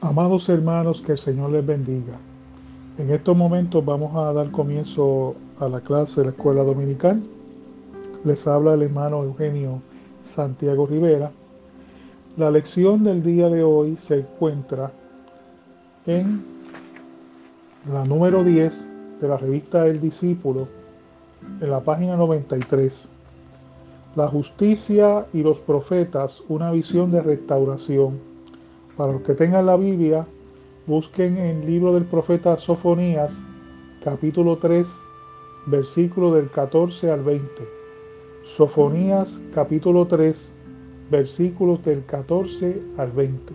Amados hermanos, que el Señor les bendiga. En estos momentos vamos a dar comienzo a la clase de la escuela dominical. Les habla el hermano Eugenio Santiago Rivera. La lección del día de hoy se encuentra en la número 10 de la revista El Discípulo, en la página 93. La justicia y los profetas, una visión de restauración. Para los que tengan la Biblia, busquen en el libro del profeta Sofonías, capítulo 3, versículo del 14 al 20. Sofonías, capítulo 3, versículos del 14 al 20.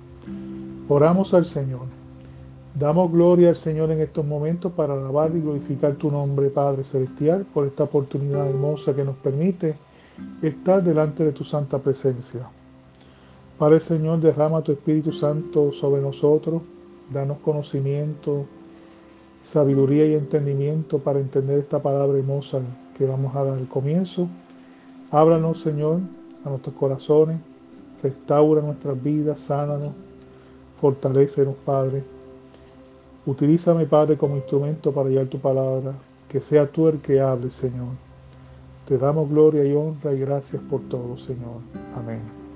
Oramos al Señor. Damos gloria al Señor en estos momentos para alabar y glorificar tu nombre, Padre Celestial, por esta oportunidad hermosa que nos permite estar delante de tu santa presencia. Padre Señor, derrama tu Espíritu Santo sobre nosotros, danos conocimiento, sabiduría y entendimiento para entender esta palabra hermosa que vamos a dar al comienzo. Háblanos, Señor, a nuestros corazones, restaura nuestras vidas, sánanos, fortalécenos, Padre. Utilízame, Padre, como instrumento para hallar tu palabra, que sea tú el que hable, Señor. Te damos gloria y honra y gracias por todo, Señor. Amén.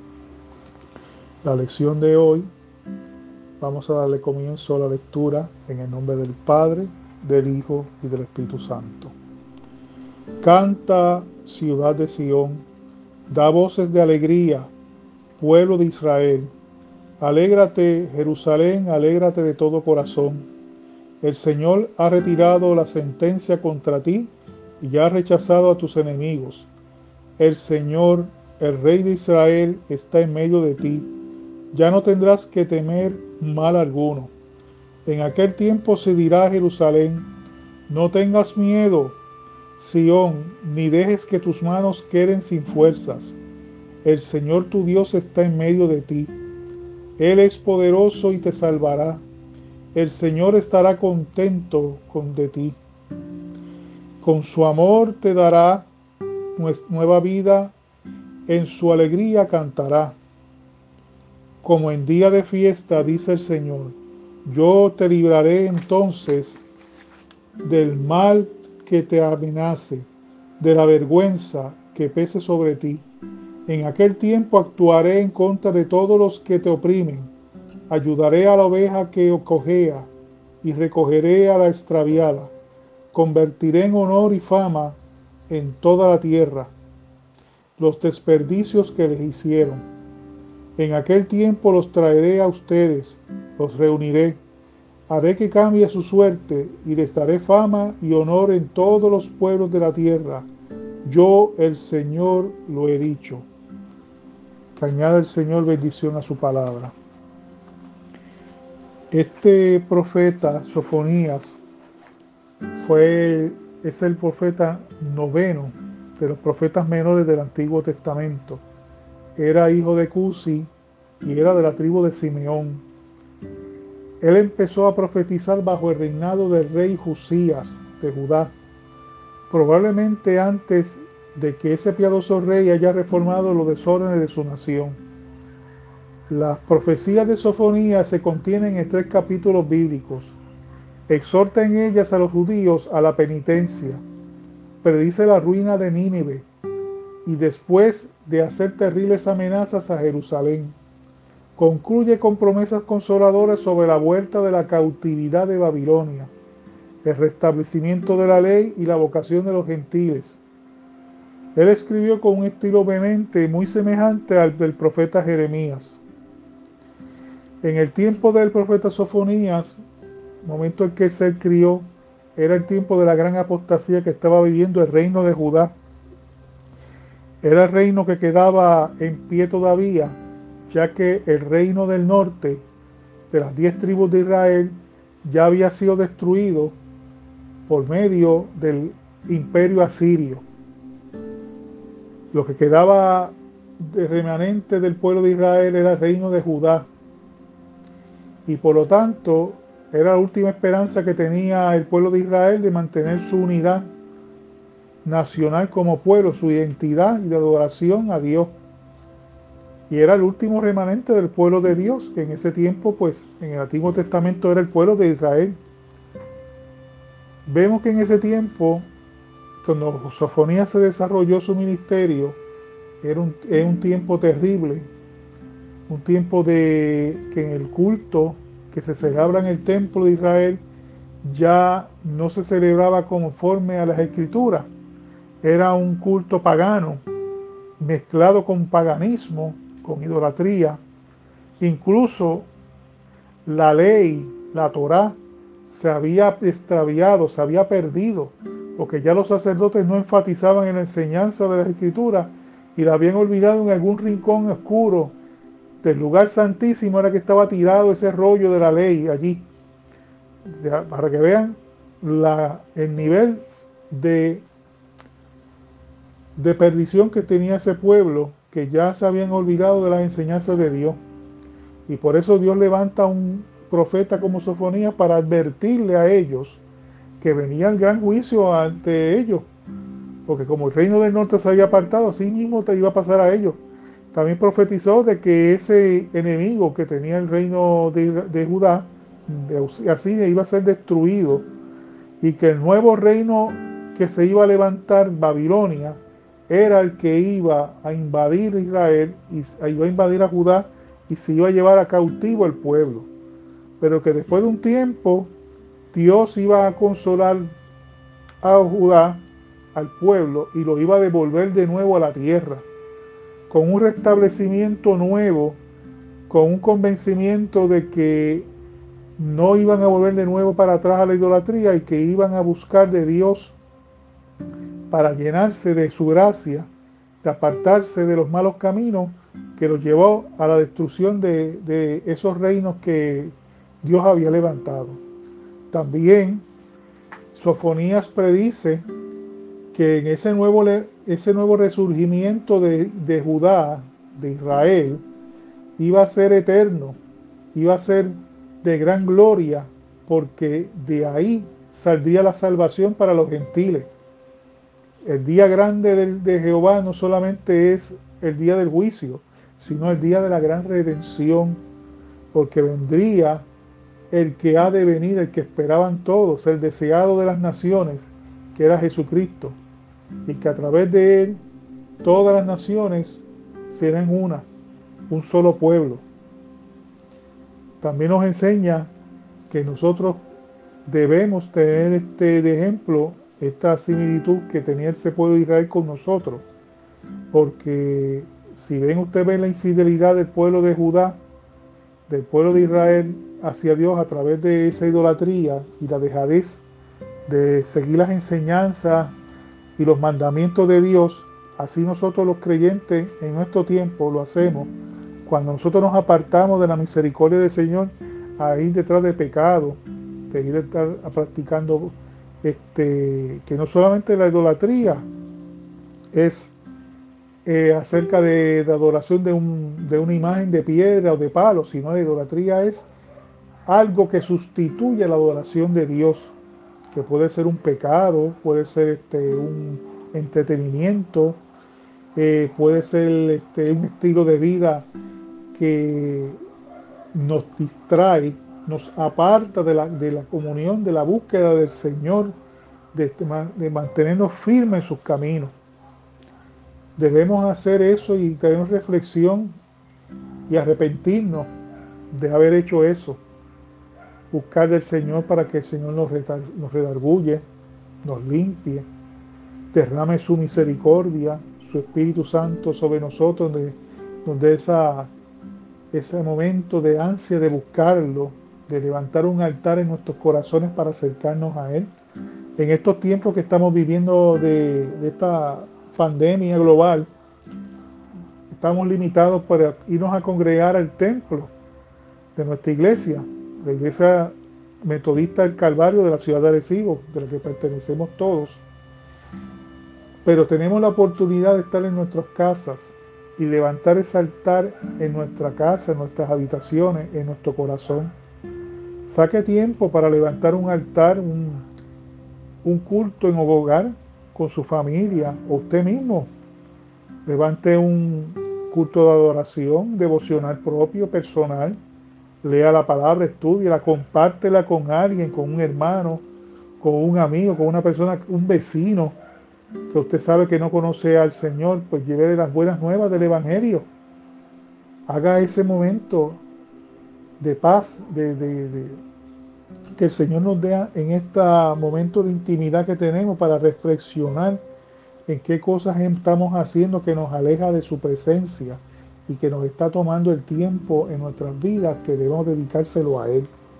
La lección de hoy, vamos a darle comienzo a la lectura en el nombre del Padre, del Hijo y del Espíritu Santo. Canta, ciudad de Sión, da voces de alegría, pueblo de Israel. Alégrate, Jerusalén, alégrate de todo corazón. El Señor ha retirado la sentencia contra ti y ha rechazado a tus enemigos. El Señor, el Rey de Israel, está en medio de ti. Ya no tendrás que temer mal alguno. En aquel tiempo se dirá a Jerusalén: no tengas miedo, Sión, ni dejes que tus manos queden sin fuerzas. El Señor tu Dios está en medio de ti. Él es poderoso y te salvará. El Señor estará contento de ti. Con su amor te dará nueva vida, en su alegría cantará. Como en día de fiesta, dice el Señor, yo te libraré entonces del mal que te amenace, de la vergüenza que pese sobre ti. En aquel tiempo actuaré en contra de todos los que te oprimen. Ayudaré a la oveja que cojea y recogeré a la extraviada. Convertiré en honor y fama en toda la tierra los desperdicios que les hicieron. En aquel tiempo los traeré a ustedes, los reuniré, haré que cambie su suerte y les daré fama y honor en todos los pueblos de la tierra. Yo, el Señor, lo he dicho. Que añada el Señor bendición a su palabra. Este profeta, Sofonías, es el profeta noveno de los profetas menores del Antiguo Testamento. Era hijo de Cusi y era de la tribu de Simeón. Él empezó a profetizar bajo el reinado del rey Josías de Judá, probablemente antes de que ese piadoso rey haya reformado los desórdenes de su nación. Las profecías de Sofonías se contienen en 3 capítulos bíblicos. Exhorta en ellas a los judíos a la penitencia, predice la ruina de Nínive y después de hacer terribles amenazas a Jerusalén, concluye con promesas consoladoras sobre la vuelta de la cautividad de Babilonia, el restablecimiento de la ley y la vocación de los gentiles. Él escribió con un estilo vehemente muy semejante al del profeta Jeremías. En el tiempo del profeta Sofonías, momento en que él se crió, era el tiempo de la gran apostasía que estaba viviendo el reino de Judá. Era el reino que quedaba en pie todavía, ya que el reino del norte, de las 10 tribus de Israel, ya había sido destruido por medio del imperio asirio. Lo que quedaba de remanente del pueblo de Israel era el reino de Judá. Y por lo tanto, era la última esperanza que tenía el pueblo de Israel de mantener su unidad nacional como pueblo, su identidad y de adoración a Dios. y era el último remanente del pueblo de Dios, que en ese tiempo, pues en el Antiguo Testamento era el pueblo de Israel. Vemos que en ese tiempo, cuando Sofonías se desarrolló su ministerio, era un tiempo terrible, un tiempo de que en el culto que se celebra en el templo de Israel ya no se celebraba conforme a las escrituras. Era un culto pagano, mezclado con paganismo, con idolatría. Incluso la ley, la Torá, se había extraviado, se había perdido, porque ya los sacerdotes no enfatizaban en la enseñanza de las escrituras y la habían olvidado en algún rincón oscuro del lugar santísimo. Era que estaba tirado ese rollo de la ley allí, para que vean el nivel de perdición que tenía ese pueblo, que ya se habían olvidado de las enseñanzas de Dios. Y por eso Dios levanta un profeta como Sofonías para advertirle a ellos que venía el gran juicio ante ellos, porque como el reino del norte se había apartado, así mismo te iba a pasar a ellos. También profetizó de que ese enemigo que tenía el reino de Judá, de Asiria, iba a ser destruido, y que el nuevo reino que se iba a levantar, Babilonia, era el que iba a invadir Israel y iba a invadir a Judá, y se iba a llevar a cautivo el pueblo. Pero que después de un tiempo Dios iba a consolar a Judá, al pueblo, y lo iba a devolver de nuevo a la tierra, con un restablecimiento nuevo, con un convencimiento de que no iban a volver de nuevo para atrás a la idolatría, y que iban a buscar de Dios para llenarse de su gracia, de apartarse de los malos caminos que los llevó a la destrucción de esos reinos que Dios había levantado. También Sofonías predice que en ese nuevo resurgimiento de Judá, de Israel, iba a ser eterno, iba a ser de gran gloria, porque de ahí saldría la salvación para los gentiles. El día grande de Jehová no solamente es el día del juicio, sino el día de la gran redención, porque vendría el que ha de venir, el que esperaban todos, el deseado de las naciones, que era Jesucristo, y que a través de él todas las naciones serán un solo pueblo. También nos enseña que nosotros debemos tener de ejemplo esta similitud que tenía ese pueblo de Israel con nosotros, porque si ven la infidelidad del pueblo de Judá, del pueblo de Israel hacia Dios a través de esa idolatría y la dejadez de seguir las enseñanzas y los mandamientos de Dios, así nosotros los creyentes en nuestro tiempo lo hacemos cuando nosotros nos apartamos de la misericordia del Señor a ir detrás de pecado, de ir a estar practicando que no solamente la idolatría es acerca de adoración de una imagen de piedra o de palo, sino la idolatría es algo que sustituye la adoración de Dios, que puede ser un pecado, puede ser un entretenimiento, puede ser un estilo de vida que nos distrae, nos aparta de la comunión, de la búsqueda del Señor, de mantenernos firmes en sus caminos. Debemos hacer eso y tener reflexión y arrepentirnos de haber hecho eso. Buscar del Señor para que el Señor nos redarguye, nos limpie, derrame su misericordia, su Espíritu Santo sobre nosotros, donde ese momento de ansia de buscarlo, de levantar un altar en nuestros corazones para acercarnos a Él. En estos tiempos que estamos viviendo de esta pandemia global, estamos limitados para irnos a congregar al templo de nuestra iglesia, la iglesia metodista del Calvario de la ciudad de Arecibo, de la que pertenecemos todos. Pero tenemos la oportunidad de estar en nuestras casas y levantar ese altar en nuestra casa, en nuestras habitaciones, en nuestro corazón. Saque tiempo para levantar un altar, un culto en hogar con su familia o usted mismo. Levante un culto de adoración, devocional propio, personal. Lea la palabra, estúdiala, compártela con alguien, con un hermano, con un amigo, con una persona, un vecino que usted sabe que no conoce al Señor, pues llévele las buenas nuevas del Evangelio. Haga ese momento de paz, que el Señor nos dé en este momento de intimidad que tenemos para reflexionar en qué cosas estamos haciendo que nos aleja de su presencia y que nos está tomando el tiempo en nuestras vidas que debemos dedicárselo a Él.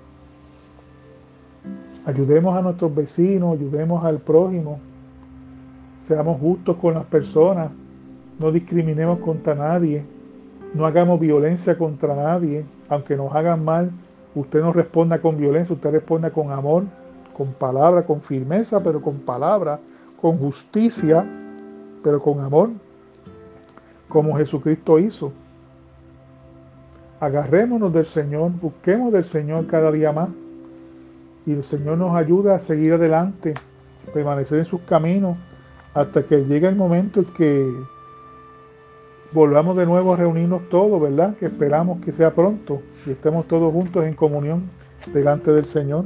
Ayudemos a nuestros vecinos, ayudemos al prójimo, seamos justos con las personas, no discriminemos contra nadie, no hagamos violencia contra nadie, aunque nos hagan mal, usted no responda con violencia, usted responda con amor, con palabra, con firmeza, pero con palabra, con justicia, pero con amor, como Jesucristo hizo. Agarrémonos del Señor, busquemos del Señor cada día más, y el Señor nos ayuda a seguir adelante, permanecer en sus caminos, hasta que llegue el momento en que volvamos de nuevo a reunirnos todos, ¿verdad? Que esperamos que sea pronto y estemos todos juntos en comunión delante del Señor.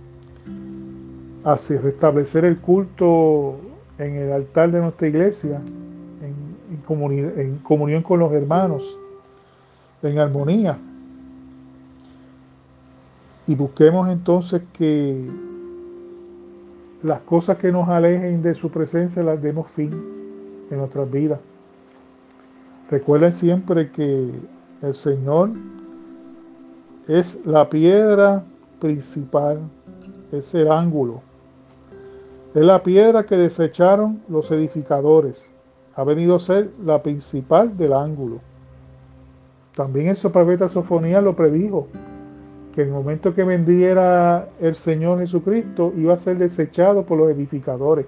Así restablecer el culto en el altar de nuestra iglesia, en comunión con los hermanos, en armonía. Y busquemos entonces que las cosas que nos alejen de su presencia las demos fin en nuestras vidas. Recuerden siempre que el Señor es la piedra principal, es el ángulo. Es la piedra que desecharon los edificadores. Ha venido a ser la principal del ángulo. También el profeta Sofonías lo predijo, que en el momento que vendiera el Señor Jesucristo iba a ser desechado por los edificadores,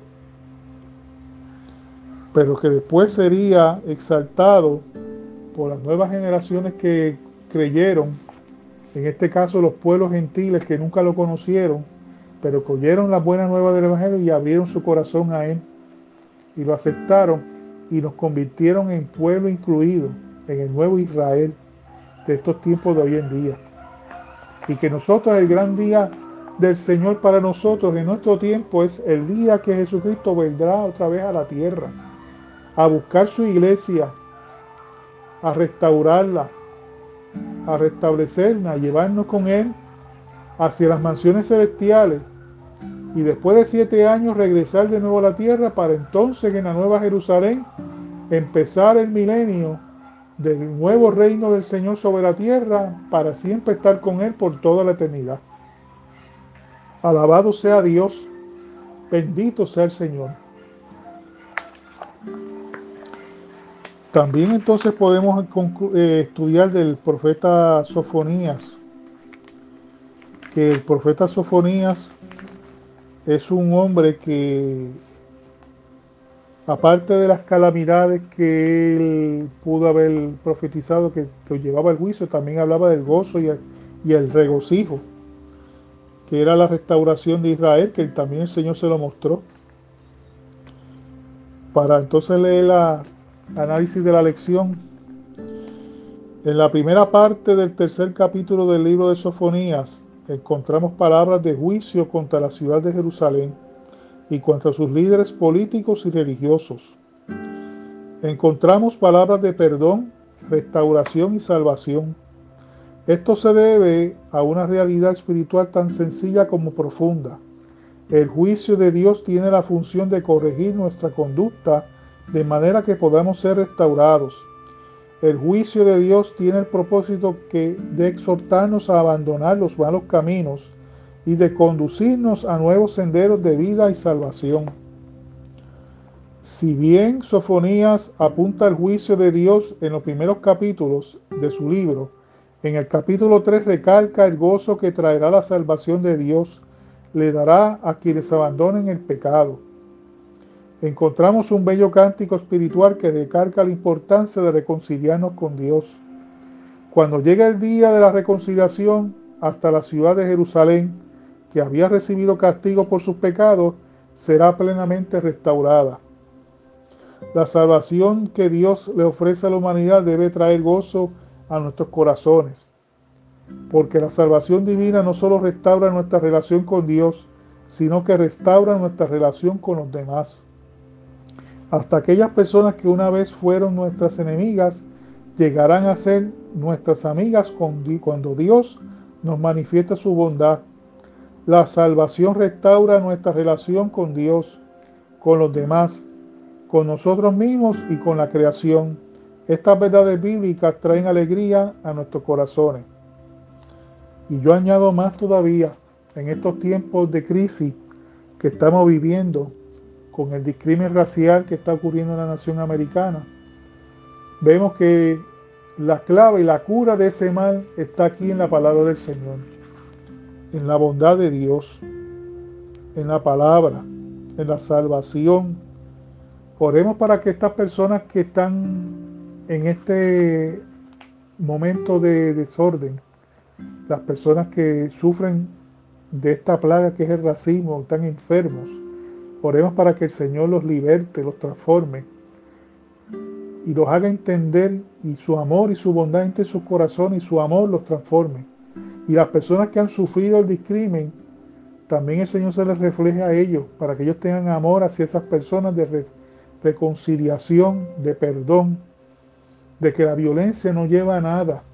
pero que después sería exaltado por las nuevas generaciones que creyeron, en este caso los pueblos gentiles que nunca lo conocieron, pero que oyeron las buenas nuevas del Evangelio y abrieron su corazón a Él y lo aceptaron y nos convirtieron en pueblo incluido, en el nuevo Israel de estos tiempos de hoy en día. Y que nosotros, el gran día del Señor para nosotros en nuestro tiempo es el día que Jesucristo vendrá otra vez a la tierra, a buscar su iglesia, a restaurarla, a restablecerla, a llevarnos con Él hacia las mansiones celestiales y después de 7 años regresar de nuevo a la tierra para entonces en la Nueva Jerusalén empezar el milenio del nuevo reino del Señor sobre la tierra para siempre estar con Él por toda la eternidad. Alabado sea Dios, bendito sea el Señor. También entonces podemos estudiar del profeta Sofonías, que el profeta Sofonías es un hombre que, aparte de las calamidades que él pudo haber profetizado que llevaba el juicio, también hablaba del gozo y el regocijo, que era la restauración de Israel, que también el Señor se lo mostró. Para entonces leer la análisis de la lección, en la primera parte del 3er capítulo del libro de Sofonías encontramos palabras de juicio contra la ciudad de Jerusalén y contra sus líderes políticos y religiosos. Encontramos palabras de perdón, restauración y salvación. Esto se debe a una realidad espiritual tan sencilla como profunda. El juicio de Dios tiene la función de corregir nuestra conducta de manera que podamos ser restaurados. El juicio de Dios tiene el propósito de exhortarnos a abandonar los malos caminos y de conducirnos a nuevos senderos de vida y salvación. Si bien Sofonías apunta al juicio de Dios en los primeros capítulos de su libro, en el capítulo 3 recalca el gozo que traerá la salvación de Dios, le dará a quienes abandonen el pecado. Encontramos un bello cántico espiritual que recalca la importancia de reconciliarnos con Dios. Cuando llegue el día de la reconciliación, hasta la ciudad de Jerusalén, que había recibido castigo por sus pecados, será plenamente restaurada. La salvación que Dios le ofrece a la humanidad debe traer gozo a nuestros corazones, porque la salvación divina no solo restaura nuestra relación con Dios, sino que restaura nuestra relación con los demás. Hasta aquellas personas que una vez fueron nuestras enemigas, llegarán a ser nuestras amigas cuando Dios nos manifiesta su bondad. La salvación restaura nuestra relación con Dios, con los demás, con nosotros mismos y con la creación. Estas verdades bíblicas traen alegría a nuestros corazones. Y yo añado más todavía, en estos tiempos de crisis que estamos viviendo, con el discrimen racial que está ocurriendo en la nación americana, vemos que la clave y la cura de ese mal está aquí en la palabra del Señor, en la bondad de Dios, en la palabra, en la salvación. Oremos para que estas personas que están en este momento de desorden, las personas que sufren de esta plaga que es el racismo, están enfermos, oremos para que el Señor los liberte, los transforme y los haga entender, y su amor y su bondad entre sus corazones y su amor los transforme. Y las personas que han sufrido el discrimen, también el Señor se les refleje a ellos, para que ellos tengan amor hacia esas personas de reconciliación, de perdón, de que la violencia no lleva a nada,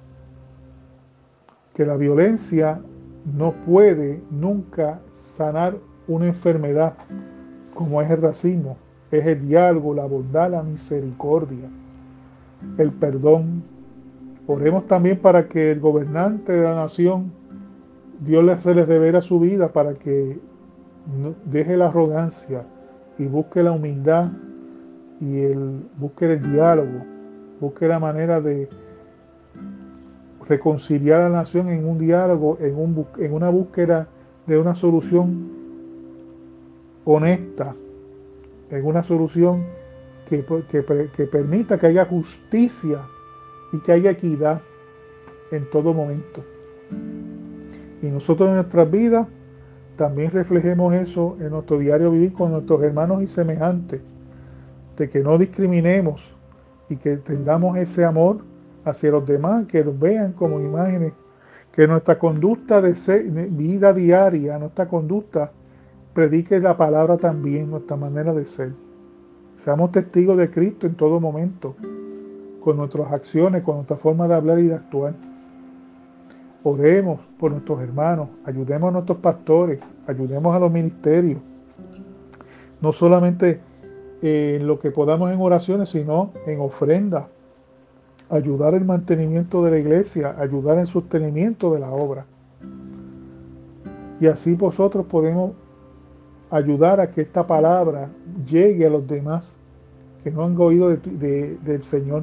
que la violencia no puede nunca sanar una enfermedad como es el racismo. Es el diálogo, la bondad, la misericordia, el perdón. Oremos también para que el gobernante de la nación, Dios se le revela su vida para que deje la arrogancia y busque la humildad y busque el diálogo, busque la manera de reconciliar a la nación en un diálogo, en una búsqueda de una solución honesta, en una solución que permita que haya justicia y que haya equidad en todo momento. Y nosotros en nuestras vidas también reflejemos eso en nuestro diario vivir con nuestros hermanos y semejantes, de que no discriminemos y que tengamos ese amor hacia los demás, que los vean como imágenes, que nuestra conducta de vida diaria, nuestra conducta predique la palabra también, nuestra manera de ser. Seamos testigos de Cristo en todo momento, con nuestras acciones, con nuestra forma de hablar y de actuar. Oremos por nuestros hermanos, ayudemos a nuestros pastores, ayudemos a los ministerios, no solamente en lo que podamos en oraciones, sino en ofrendas, ayudar en el mantenimiento de la iglesia, ayudar en el sostenimiento de la obra. Y así vosotros podemos ayudar a que esta palabra llegue a los demás que no han oído del Señor.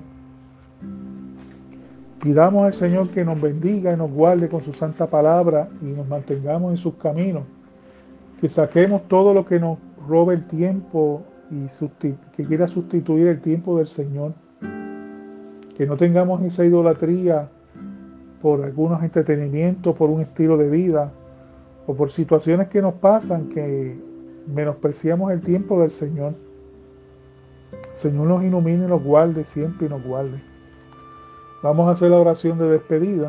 Pidamos al Señor que nos bendiga y nos guarde con su santa palabra y nos mantengamos en sus caminos. Que saquemos todo lo que nos robe el tiempo y que quiera sustituir el tiempo del Señor. Que no tengamos esa idolatría por algunos entretenimientos, por un estilo de vida o por situaciones que nos pasan que menospreciamos el tiempo del Señor. El Señor nos ilumine y nos guarde siempre y nos guarde. Vamos a hacer la oración de despedida.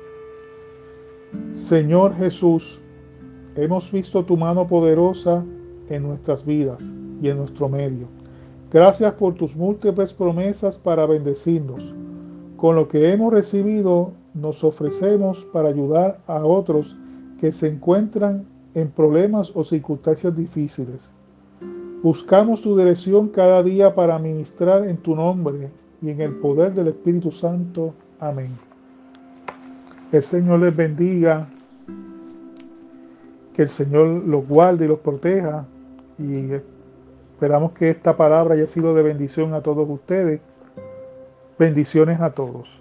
Señor Jesús, hemos visto tu mano poderosa en nuestras vidas y en nuestro medio. Gracias por tus múltiples promesas para bendecirnos. Con lo que hemos recibido, nos ofrecemos para ayudar a otros que se encuentran en problemas o circunstancias difíciles. Buscamos tu dirección cada día para ministrar en tu nombre y en el poder del Espíritu Santo. Amén. El Señor les bendiga, que el Señor los guarde y los proteja, y esperamos que esta palabra haya sido de bendición a todos ustedes. Bendiciones a todos.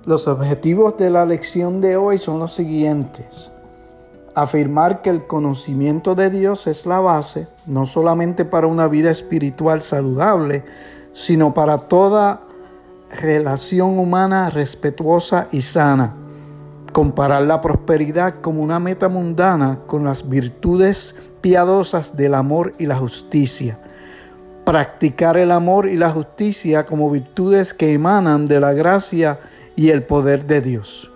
Los objetivos de la lección de hoy son los siguientes. Afirmar que el conocimiento de Dios es la base, no solamente para una vida espiritual saludable, sino para toda relación humana respetuosa y sana. Comparar la prosperidad como una meta mundana con las virtudes piadosas del amor y la justicia. Practicar el amor y la justicia como virtudes que emanan de la gracia y el poder de Dios.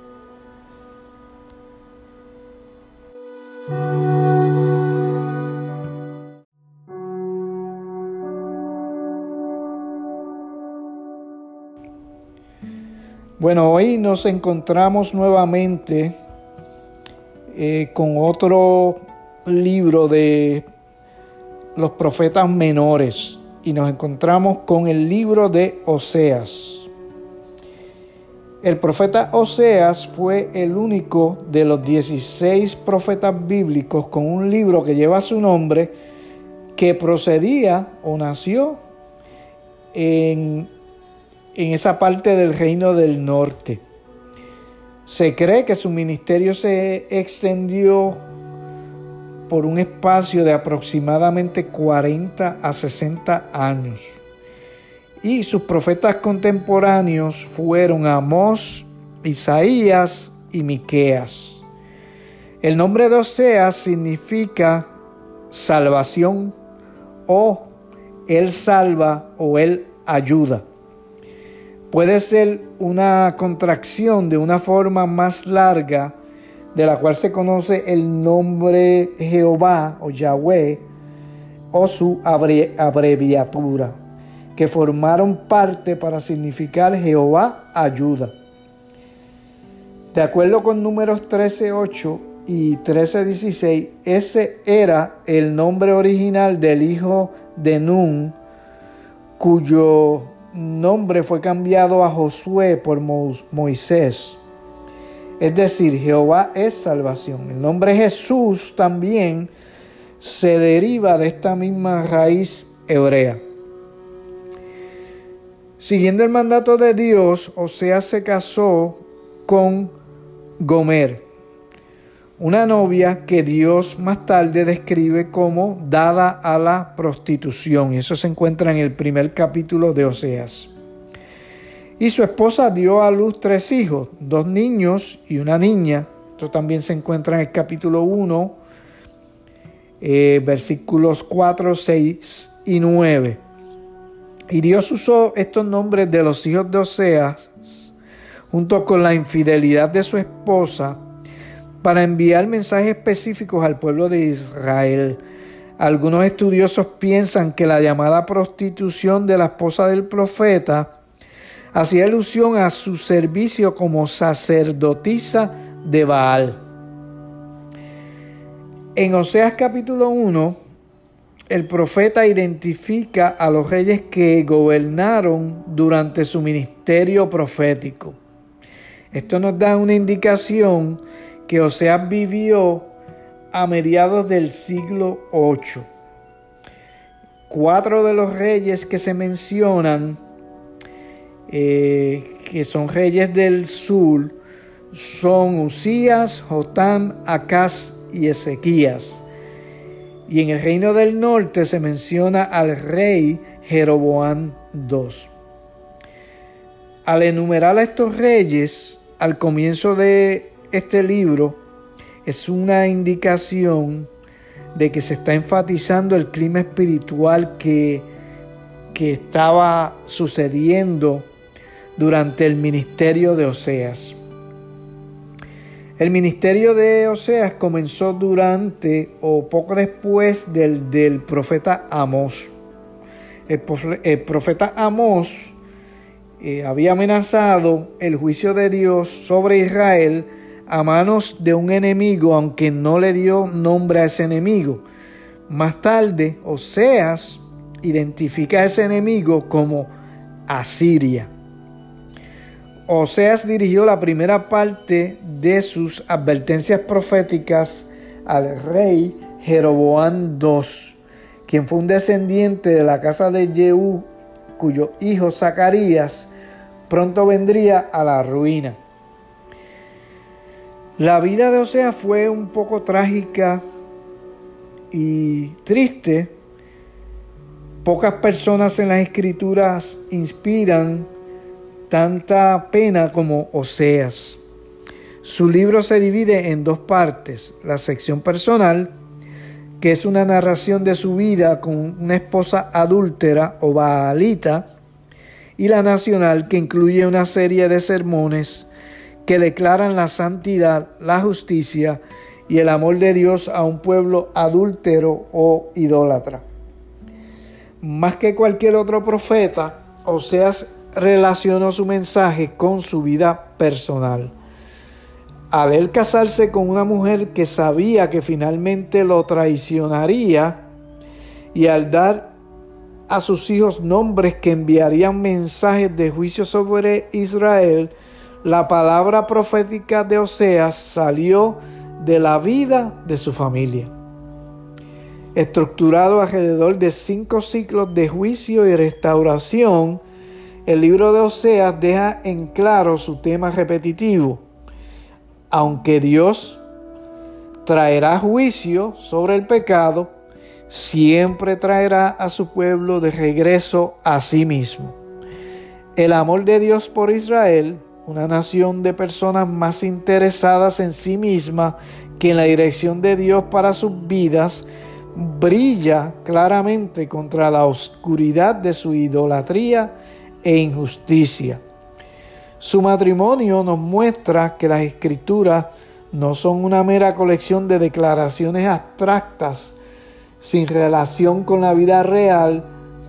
Bueno, hoy nos encontramos nuevamente con otro libro de los profetas menores y nos encontramos con el libro de Oseas. El profeta Oseas fue el único de los 16 profetas bíblicos con un libro que lleva su nombre que procedía o nació en esa parte del reino del norte. Se cree que su ministerio se extendió por un espacio de aproximadamente 40 a 60 años. Y sus profetas contemporáneos fueron Amós, Isaías y Miqueas. El nombre de Oseas significa salvación o Él salva o Él ayuda. Puede ser una contracción de una forma más larga de la cual se conoce el nombre Jehová o Yahweh o su abreviatura, que formaron parte para significar Jehová ayuda. De acuerdo con Números 13:8 y 13:16, ese era el nombre original del hijo de Nun, cuyo nombre fue cambiado a Josué por Moisés. Es decir, Jehová es salvación. El nombre Jesús también se deriva de esta misma raíz hebrea. Siguiendo el mandato de Dios, Oseas se casó con Gomer, una novia que Dios más tarde describe como dada a la prostitución. Y eso se encuentra en el primer capítulo de Oseas. Y su esposa dio a luz 3 hijos, 2 niños y una niña. Esto también se encuentra en el capítulo 1, versículos 4, 6 y 9. Y Dios usó estos nombres de los hijos de Oseas, junto con la infidelidad de su esposa, para enviar mensajes específicos al pueblo de Israel. Algunos estudiosos piensan que la llamada prostitución de la esposa del profeta hacía alusión a su servicio como sacerdotisa de Baal. En Oseas capítulo 1, el profeta identifica a los reyes que gobernaron durante su ministerio profético. Esto nos da una indicación que Oseas vivió a mediados del siglo VIII. 4 de los reyes que se mencionan, que son reyes del sur, son Usías, Jotam, Acaz y Ezequías. Y en el reino del norte se menciona al rey Jeroboam II. Al enumerar a estos reyes al comienzo de este libro, es una indicación de que se está enfatizando el clima espiritual que estaba sucediendo durante el ministerio de Oseas. El ministerio de Oseas comenzó durante o poco después del profeta Amós. El profeta Amós había amenazado el juicio de Dios sobre Israel a manos de un enemigo, aunque no le dio nombre a ese enemigo. Más tarde, Oseas identifica a ese enemigo como Asiria. Oseas dirigió la primera parte de sus advertencias proféticas al rey Jeroboam II, quien fue un descendiente de la casa de Jehú, cuyo hijo Zacarías pronto vendría a la ruina. La vida de Oseas fue un poco trágica y triste. Pocas personas en las Escrituras inspiran tanta pena como Oseas. Su libro se divide en dos partes: la sección personal, que es una narración de su vida con una esposa adúltera o baalita, y la nacional, que incluye una serie de sermones que declaran la santidad, la justicia y el amor de Dios a un pueblo adúltero o idólatra. Más que cualquier otro profeta, Oseas relacionó su mensaje con su vida personal. Al él casarse con una mujer que sabía que finalmente lo traicionaría, y al dar a sus hijos nombres que enviarían mensajes de juicio sobre Israel, la palabra profética de Oseas salió de la vida de su familia. Estructurado alrededor de 5 ciclos de juicio y restauración, el libro de Oseas deja en claro su tema repetitivo. Aunque Dios traerá juicio sobre el pecado, siempre traerá a su pueblo de regreso a sí mismo. El amor de Dios por Israel, una nación de personas más interesadas en sí misma que en la dirección de Dios para sus vidas, brilla claramente contra la oscuridad de su idolatría e injusticia. Su matrimonio nos muestra que las Escrituras no son una mera colección de declaraciones abstractas sin relación con la vida real.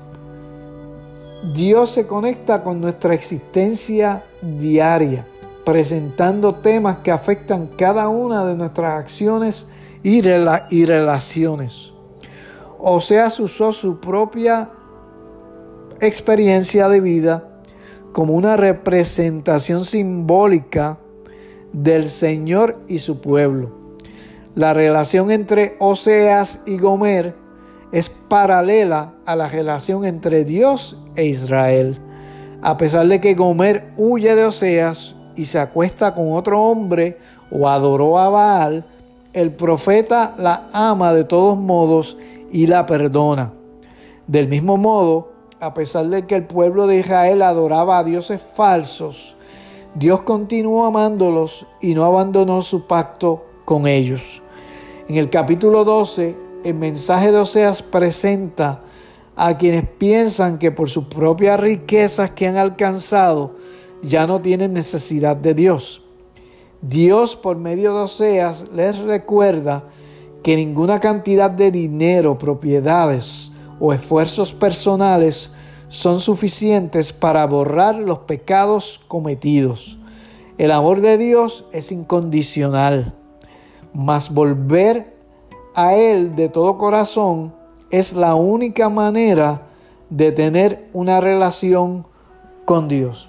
Dios se conecta con nuestra existencia diaria, presentando temas que afectan cada una de nuestras acciones y relaciones. Oseas usó su propia experiencia de vida como una representación simbólica del Señor y su pueblo. La relación entre Oseas y Gomer es paralela a la relación entre Dios e Israel. A pesar de que Gomer huye de Oseas y se acuesta con otro hombre o adoró a Baal, el profeta la ama de todos modos y la perdona. Del mismo modo, a pesar de que el pueblo de Israel adoraba a dioses falsos, Dios continuó amándolos y no abandonó su pacto con ellos. En el capítulo 12, el mensaje de Oseas presenta a quienes piensan que por sus propias riquezas que han alcanzado ya no tienen necesidad de Dios. Dios, por medio de Oseas, les recuerda que ninguna cantidad de dinero, propiedades o esfuerzos personales son suficientes para borrar los pecados cometidos. El amor de Dios es incondicional, mas volver a Él de todo corazón es la única manera de tener una relación con Dios.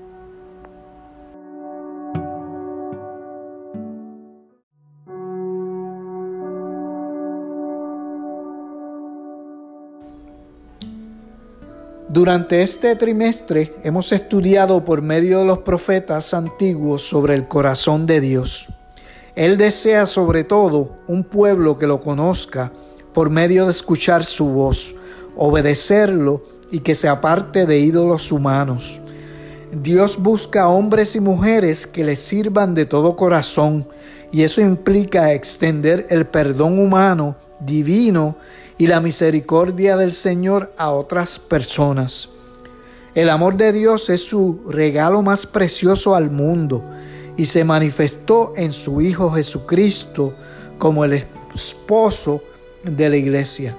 Durante este trimestre hemos estudiado por medio de los profetas antiguos sobre el corazón de Dios. Él desea sobre todo un pueblo que lo conozca por medio de escuchar su voz, obedecerlo y que se aparte de ídolos humanos. Dios busca hombres y mujeres que le sirvan de todo corazón, y eso implica extender el perdón humano, divino, y la misericordia del Señor a otras personas. El amor de Dios es su regalo más precioso al mundo y se manifestó en su Hijo Jesucristo como el esposo de la iglesia.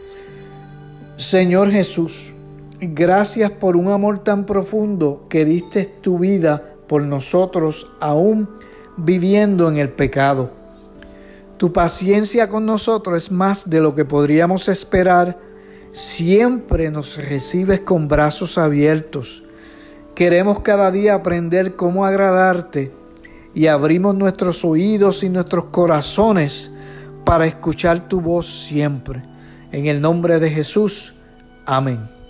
Señor Jesús, gracias por un amor tan profundo que diste tu vida por nosotros aún viviendo en el pecado. Tu paciencia con nosotros es más de lo que podríamos esperar. Siempre nos recibes con brazos abiertos. Queremos cada día aprender cómo agradarte y abrimos nuestros oídos y nuestros corazones para escuchar tu voz siempre. En el nombre de Jesús. Amén.